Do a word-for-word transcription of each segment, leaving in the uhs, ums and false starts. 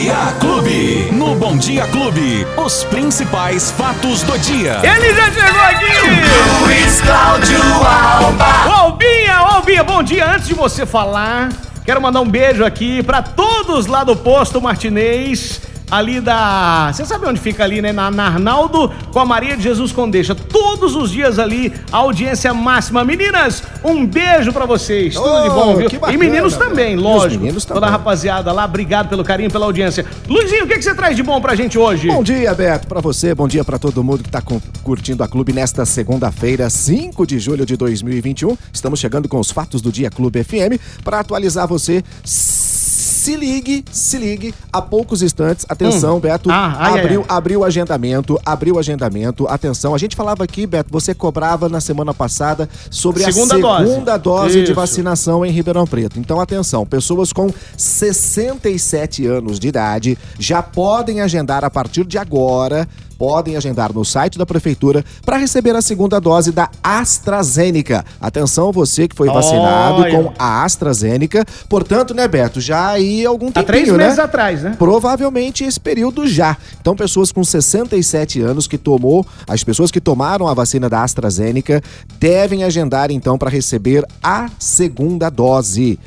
Dia Clube. No Bom Dia Clube, os principais fatos do dia. Ele já chegou aqui! Luiz Cláudio Alba. Albinha, Albinha, bom dia. Antes de você falar, quero mandar um beijo aqui pra todos lá do Posto Martinez. Ali da... Você sabe onde fica ali, né? Na, na Arnaldo com a Maria de Jesus Condeixa. Todos os dias ali, a audiência máxima. Meninas, um beijo pra vocês. Tudo oh, de bom, viu? Bacana, e meninos né? também, E lógico. meninos Toda também. a rapaziada lá, obrigado pelo carinho, pela audiência. Luizinho, o que, que você traz de bom pra gente hoje? Bom dia, Beto, pra você, bom dia pra todo mundo que tá com- curtindo a Clube nesta segunda-feira, cinco de julho de dois mil e vinte e um. Estamos chegando com os fatos do dia Clube F M pra atualizar você. Se ligue, se ligue, há poucos instantes, atenção, Hum. Beto, Ah, ai, abriu, ai, ai. abriu o agendamento, abriu o agendamento, atenção, a gente falava aqui, Beto, você cobrava na semana passada sobre Segunda a dose. segunda dose de Isso. vacinação em Ribeirão Preto. Então, atenção, pessoas com sessenta e sete anos de idade já podem agendar a partir de agora, podem agendar no site da prefeitura para receber a segunda dose da AstraZeneca. Atenção, você que foi vacinado Olha. com a AstraZeneca. Portanto, né, Beto, já aí algum Há tempinho, três né? meses atrás, né? Provavelmente esse período já. Então, pessoas com sessenta e sete anos que tomou, as pessoas que tomaram a vacina da AstraZeneca devem agendar então para receber a segunda dose.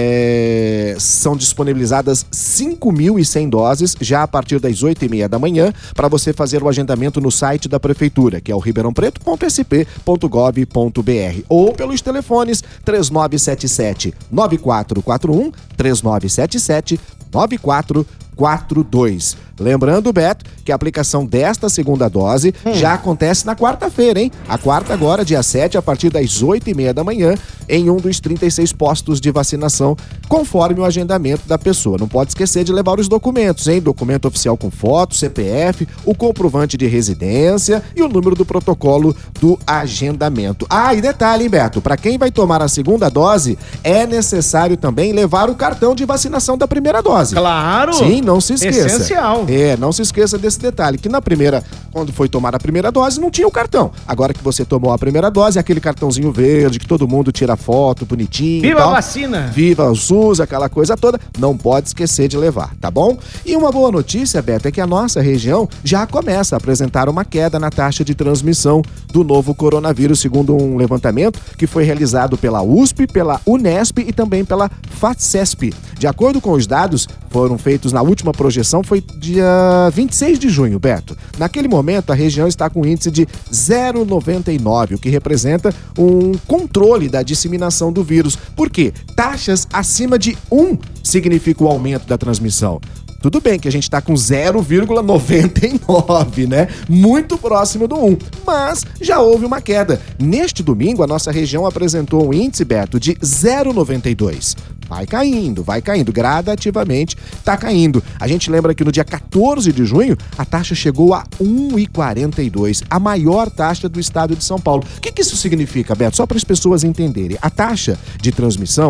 É, são disponibilizadas cinco mil e cem doses já a partir das oito e meia da manhã para você fazer o agendamento no site da prefeitura, que é o ribeirão preto ponto s p ponto gov ponto b r, ou pelos telefones três nove sete sete nove quatro quatro um, três nove sete sete nove quatro quatro dois. Lembrando, Beto, que a aplicação desta segunda dose Hum. já acontece na quarta-feira, hein? A quarta agora, dia sete, a partir das oito e meia da manhã, em um dos trinta e seis postos de vacinação, conforme o agendamento da pessoa. Não pode esquecer de levar os documentos, hein? Documento oficial com foto, C P F, o comprovante de residência e o número do protocolo do agendamento. Ah, e detalhe, hein, Beto? Para quem vai tomar a segunda dose, é necessário também levar o cartão de vacinação da primeira dose. Claro! Sim, não se esqueça. Essencial. É, não se esqueça desse detalhe, que na primeira, quando foi tomar a primeira dose, não tinha o cartão. Agora que você tomou a primeira dose, aquele cartãozinho verde, que todo mundo tira foto, bonitinho e Viva tal. a vacina! Viva o SUS, aquela coisa toda, não pode esquecer de levar, tá bom? E uma boa notícia, Beto, é que a nossa região já começa a apresentar uma queda na taxa de transmissão do novo coronavírus, segundo um levantamento que foi realizado pela U S P, pela Unesp e também pela FATCESP. De acordo com os dados, foram feitos na última projeção, foi dia vinte e seis de junho, Beto. Naquele momento, a região está com índice de zero vírgula noventa e nove, o que representa um controle da disseminação do vírus. Por quê? Taxas acima de um significa o aumento da transmissão. Tudo bem que a gente está com zero vírgula noventa e nove, né? Muito próximo do um, mas já houve uma queda. Neste domingo, a nossa região apresentou um índice, Beto, de zero vírgula noventa e dois. Vai caindo, vai caindo, gradativamente tá caindo. A gente lembra que no dia quatorze de junho, a taxa chegou a um vírgula quarenta e dois, a maior taxa do estado de São Paulo. O que que isso significa, Beto? Só para as pessoas entenderem. A taxa de transmissão,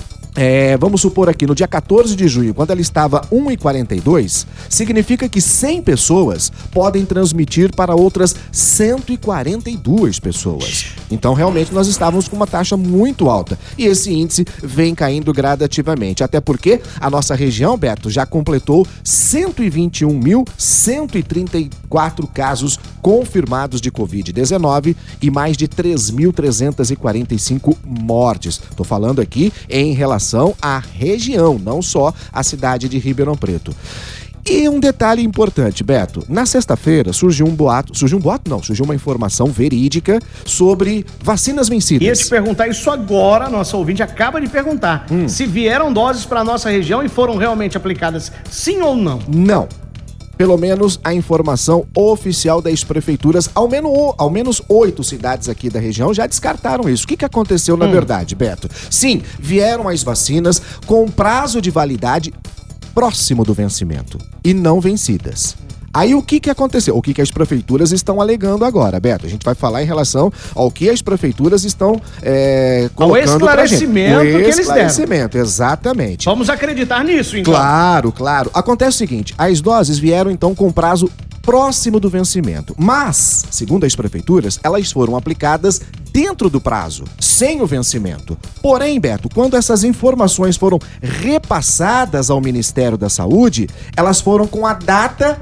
É, vamos supor aqui, no dia quatorze de junho, quando ela estava um vírgula quarenta e dois, significa que cem pessoas podem transmitir para outras cento e quarenta e duas pessoas. Então, realmente, nós estávamos com uma taxa muito alta. E esse índice vem caindo gradativamente. Até porque a nossa região, Beto, já completou cento e vinte e um mil cento e trinta e quatro casos confirmados de covid dezenove e mais de três mil trezentas e quarenta e cinco mortes. Estou falando aqui em relação à região, não só a cidade de Ribeirão Preto. E um detalhe importante, Beto, na sexta-feira surgiu um boato, surgiu um boato não, surgiu uma informação verídica sobre vacinas vencidas. Ia te perguntar isso agora, nossa ouvinte acaba de perguntar, Hum. se vieram doses para nossa região e foram realmente aplicadas, sim ou não? Não. Pelo menos a informação oficial das prefeituras, ao menos, ao menos oito cidades aqui da região já descartaram isso. O que, que aconteceu na Hum. verdade, Beto? Sim, vieram as vacinas com prazo de validade próximo do vencimento e não vencidas. Aí o que que aconteceu? O que que as prefeituras estão alegando agora, Beto? A gente vai falar em relação ao que as prefeituras estão é, colocando pra gente. esclarecimento O que eles deram. esclarecimento, exatamente. Vamos acreditar nisso, então. Claro, claro. Acontece o seguinte, as doses vieram então com prazo próximo do vencimento. Mas, segundo as prefeituras, elas foram aplicadas dentro do prazo, sem o vencimento. Porém, Beto, quando essas informações foram repassadas ao Ministério da Saúde, elas foram com a data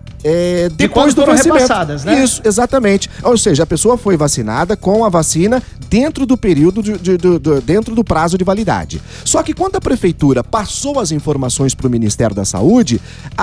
É, depois do vencimento. Repassadas, né? Isso, exatamente. Ou seja, a pessoa foi vacinada com a vacina dentro do período, de, de, de, de, dentro do prazo de validade. Só que quando a prefeitura passou as informações para o Ministério da Saúde,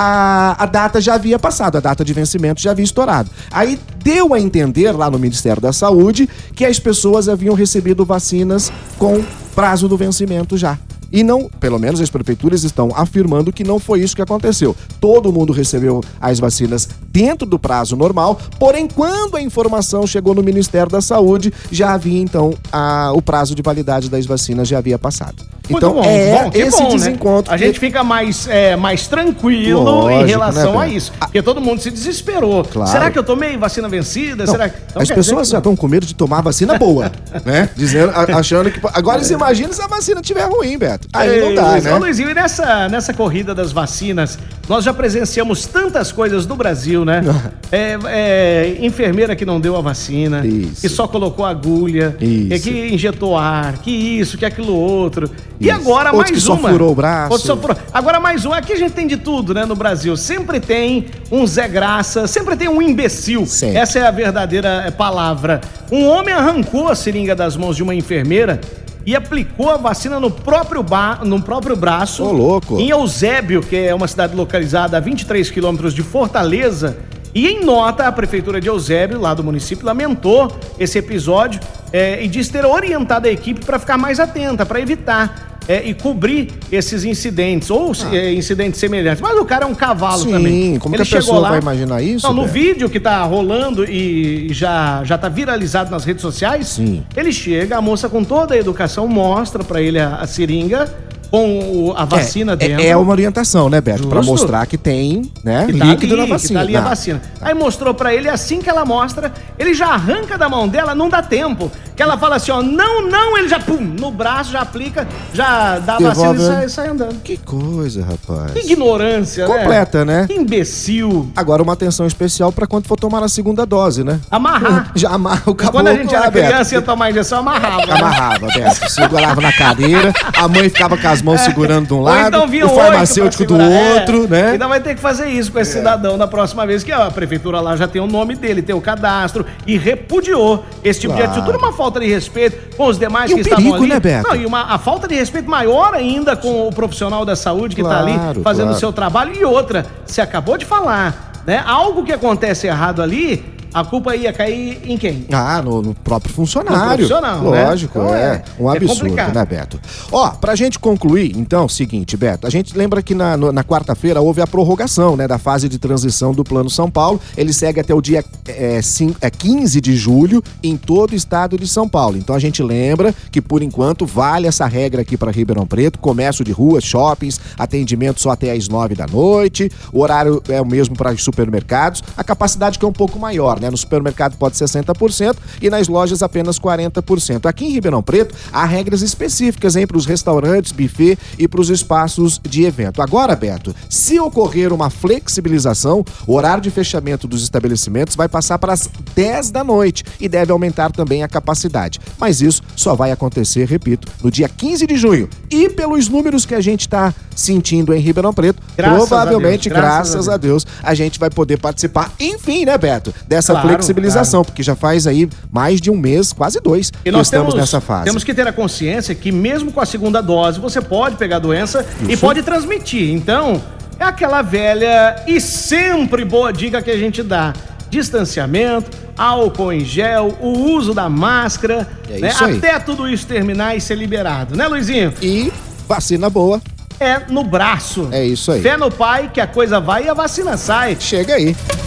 a, a data já havia passado, a data de vencimento já havia estourado. Aí deu a entender lá no Ministério da Saúde que as pessoas haviam recebido vacinas com prazo do vencimento já. E não, pelo menos as prefeituras estão afirmando que não foi isso que aconteceu. Todo mundo recebeu as vacinas dentro do prazo normal, porém, quando a informação chegou no Ministério da Saúde, já havia, então, a, o prazo de validade das vacinas já havia passado. Muito então, bom, é bom, esse bom, desencontro. Né? A que... gente fica mais, é, mais tranquilo. Lógico, em relação, né, a isso. Porque todo mundo se desesperou. Claro. Será que eu tomei vacina vencida? Não, Será que... Então, as pessoas já estão com medo de tomar vacina boa, né? Dizendo, achando que... Agora, você imagina se a vacina estiver ruim, Beto. Aí não dá, né? Ô, Luizinho, e nessa, nessa corrida das vacinas, nós já presenciamos tantas coisas no Brasil, né? é, é, enfermeira que não deu a vacina, isso. que só colocou agulha, isso. que injetou ar, que isso, que aquilo outro. E isso. agora Outro mais que uma. Só furou o braço. Outro só furou. Agora mais uma. Aqui a gente tem de tudo, né? No Brasil. Sempre tem um Zé Graça, sempre tem um imbecil. Sempre. Essa é a verdadeira palavra. Um homem arrancou a seringa das mãos de uma enfermeira e aplicou a vacina no próprio, ba... no próprio braço. Ô, louco. Em Eusébio, que é uma cidade localizada a vinte e três quilômetros de Fortaleza. E em nota, a prefeitura de Eusébio, lá do município, lamentou esse episódio é, e disse ter orientado a equipe para ficar mais atenta, para evitar é, e cobrir esses incidentes, ou ah. é, incidentes semelhantes. Mas o cara é um cavalo Sim, também. Sim, como Ele que a chegou pessoa lá, vai imaginar isso? Não, no Beto? vídeo que tá rolando e já, já tá viralizado nas redes sociais, Sim. ele chega, a moça com toda a educação mostra para ele a, a seringa com o, a vacina é, dentro. É uma orientação, né, Beto? Para mostrar que tem, né, que tá líquido ali, na vacina. Que tá ali a vacina. Aí mostrou pra ele, assim que ela mostra, ele já arranca da mão dela, não dá tempo. Que ela fala assim, ó, não, não, ele já, pum, no braço, já aplica, já dá a vacina e sai, sai andando. Que coisa, rapaz. Que ignorância, completa, né? né? Que imbecil. Agora uma atenção especial pra quando for tomar a segunda dose, né? Amarrar. Já amarra o caboclo. Quando a gente era lá, Beto. criança e ia tomar injeção, amarrava. Amarrava, Beto. Segurava na cadeira, a mãe ficava com as mãos é. segurando de um lado, então vinha o farmacêutico do outro, é. né? Então vai ter que fazer isso com esse é. cidadão da próxima vez, que a prefeitura lá já tem o nome dele, tem o cadastro e repudiou esse tipo claro. de atitude. Uma falta de respeito com os demais e que um estavam perigo, ali. Né, Beto? Não, e uma, a falta de respeito maior ainda com o profissional da saúde que claro, tá ali fazendo claro. o seu trabalho. E outra, você acabou de falar, né? Algo que acontece errado ali, a culpa ia cair em quem? Ah, no, no próprio funcionário. No profissional, lógico, né? Então é. é Um absurdo, é né, Beto? Ó, pra gente concluir, então, seguinte, Beto, a gente lembra que na, no, na quarta-feira houve a prorrogação, né, da fase de transição do Plano São Paulo. Ele segue até o dia é, cinco, é, quinze de julho em todo o estado de São Paulo. Então a gente lembra que, por enquanto, vale essa regra aqui para Ribeirão Preto, comércio de ruas, shoppings, atendimento só até às nove da noite, o horário é o mesmo para os supermercados, a capacidade que é um pouco maior, né? No supermercado pode sessenta por cento e nas lojas apenas quarenta por cento. Aqui em Ribeirão Preto, há regras específicas para os restaurantes, buffet e para os espaços de evento. Agora, Beto, se ocorrer uma flexibilização, o horário de fechamento dos estabelecimentos vai passar para as dez da noite e deve aumentar também a capacidade. Mas isso só vai acontecer, repito, no dia quinze de junho. E pelos números que a gente está sentindo em Ribeirão Preto, graças provavelmente, a Deus, graças, graças a, Deus. a Deus, a gente vai poder participar, enfim, né, Beto, dessa claro, flexibilização. Claro. Porque já faz aí mais de um mês, quase dois, e nós que estamos temos, nessa fase. Temos que ter a consciência que mesmo com a segunda dose, você pode pegar a doença Isso. e pode transmitir. Então, é aquela velha e sempre boa dica que a gente dá. Distanciamento, álcool em gel, o uso da máscara, é né? isso aí. Até tudo isso terminar e ser liberado, né, Luizinho? E vacina boa. É no braço. É isso aí. Fé no pai que a coisa vai e a vacina sai. Chega aí.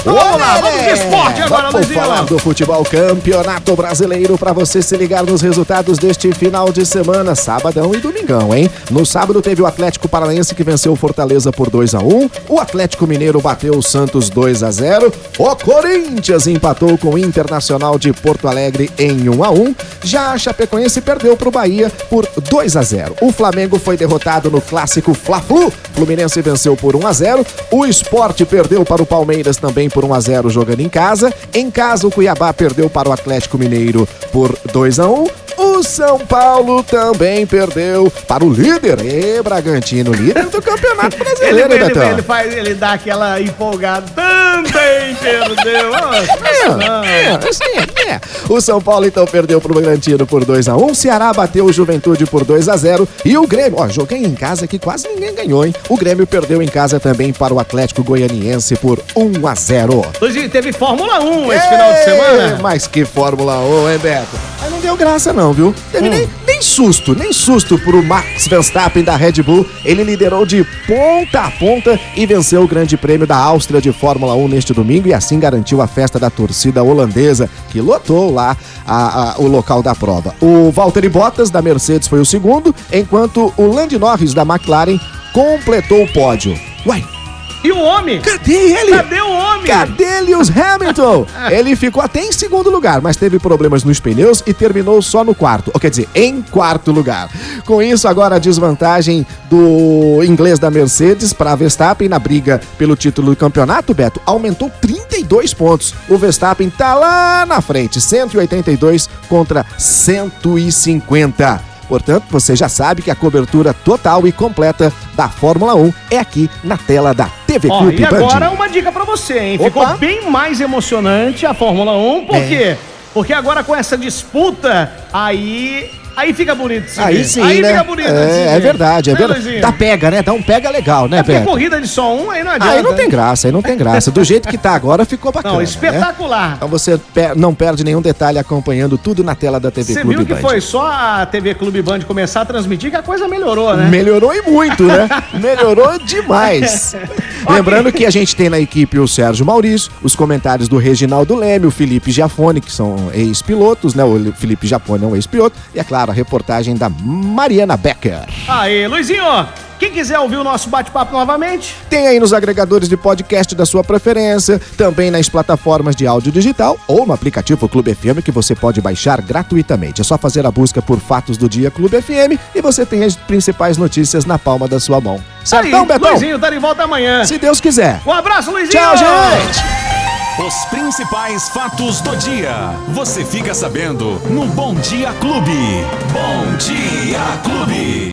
Vamos lá, vamos de esporte agora, Vamos Luizinho. falar do futebol campeonato brasileiro para você se ligar nos resultados deste final de semana, sabadão e domingão, hein? No sábado teve o Atlético Paranaense que venceu o Fortaleza por dois a um, o Atlético Mineiro bateu o Santos dois a zero, o Corinthians empatou com o Internacional de Porto Alegre em um a um, já a Chapecoense perdeu para o Bahia por dois a zero. O Flamengo foi derrotado no clássico Fla-Flu, Fluminense venceu por um a zero, o Sport perdeu para o Palmeiras também por um a zero jogando em casa. Em casa, o Cuiabá perdeu para o Atlético Mineiro por dois a um. O São Paulo também perdeu para o líder, e Bragantino, líder do Campeonato Brasileiro, ele, ele, Betão. ele, faz, ele dá aquela empolgada, também perdeu. Oh, É, é, assim, é. O São Paulo então perdeu para o Bragantino por dois a um, o Ceará bateu o Juventude por dois a zero e o Grêmio, ó, joguei em casa que quase ninguém ganhou, hein? O Grêmio perdeu em casa também para o Atlético Goianiense por um a zero. Luizinho, teve Fórmula um esse final de semana? Mas que Fórmula um, hein, Beto? Aí não deu graça não, viu? Teve Hum. nem, nem susto, nem susto pro Max Verstappen da Red Bull. Ele liderou de ponta a ponta e venceu o Grande Prêmio da Áustria de Fórmula um neste domingo e assim garantiu a festa da torcida holandesa, que lotou lá a, a, o local da prova. O Valtteri Bottas da Mercedes foi o segundo, enquanto o Lando Norris da McLaren completou o pódio. Uai, E o homem? cadê ele? Cadê o homem? Cadê Lewis Hamilton? Ele ficou até em segundo lugar, mas teve problemas nos pneus e terminou só no quarto, ou quer dizer, em quarto lugar. Com isso, agora a desvantagem do inglês da Mercedes para Verstappen na briga pelo título do campeonato, Beto, aumentou trinta e dois pontos. O Verstappen tá lá na frente, cento e oitenta e dois contra cento e cinquenta. Portanto, você já sabe que a cobertura total e completa da Fórmula um é aqui na tela da T V Ó, Clube e Band. agora uma dica pra você, hein? Opa. Ficou bem mais emocionante a Fórmula um, por É. quê? Porque agora com essa disputa, aí... Aí fica bonito de se Aí ver. sim, aí né? fica bonito de se É, é ver. verdade, é Né, verdade. Luizinho? Dá pega, né? Dá um pega legal, né, É porque Beto? corrida de só um, aí não adianta. Aí não tem graça, aí não tem graça. Do jeito que tá agora, ficou bacana. Não, né? espetacular. Então você pe- não perde nenhum detalhe acompanhando tudo na tela da T V Você Clube viu que Band. foi só a T V Clube Band começar a transmitir que a coisa melhorou, né? Melhorou e muito, né? Melhorou demais. Lembrando que a gente tem na equipe o Sérgio Maurício, os comentários do Reginaldo Leme, o Felipe Giafone, que são ex-pilotos, né? O Felipe Giafone é um ex-piloto. E, é claro, a reportagem da Mariana Becker. Aí, Luizinho, quem quiser ouvir o nosso bate-papo novamente, Tem aí nos agregadores de podcast da sua preferência, também nas plataformas de áudio digital ou no aplicativo Clube F M que você pode baixar gratuitamente. É só fazer a busca por Fatos do Dia Clube F M e você tem as principais notícias na palma da sua mão. Certão, aí, Betão? Luizinho tá de volta amanhã. Se Deus quiser. Um abraço, Luizinho! Tchau, gente! Os principais fatos do dia. Você fica sabendo no Bom Dia Clube. Bom Dia Clube.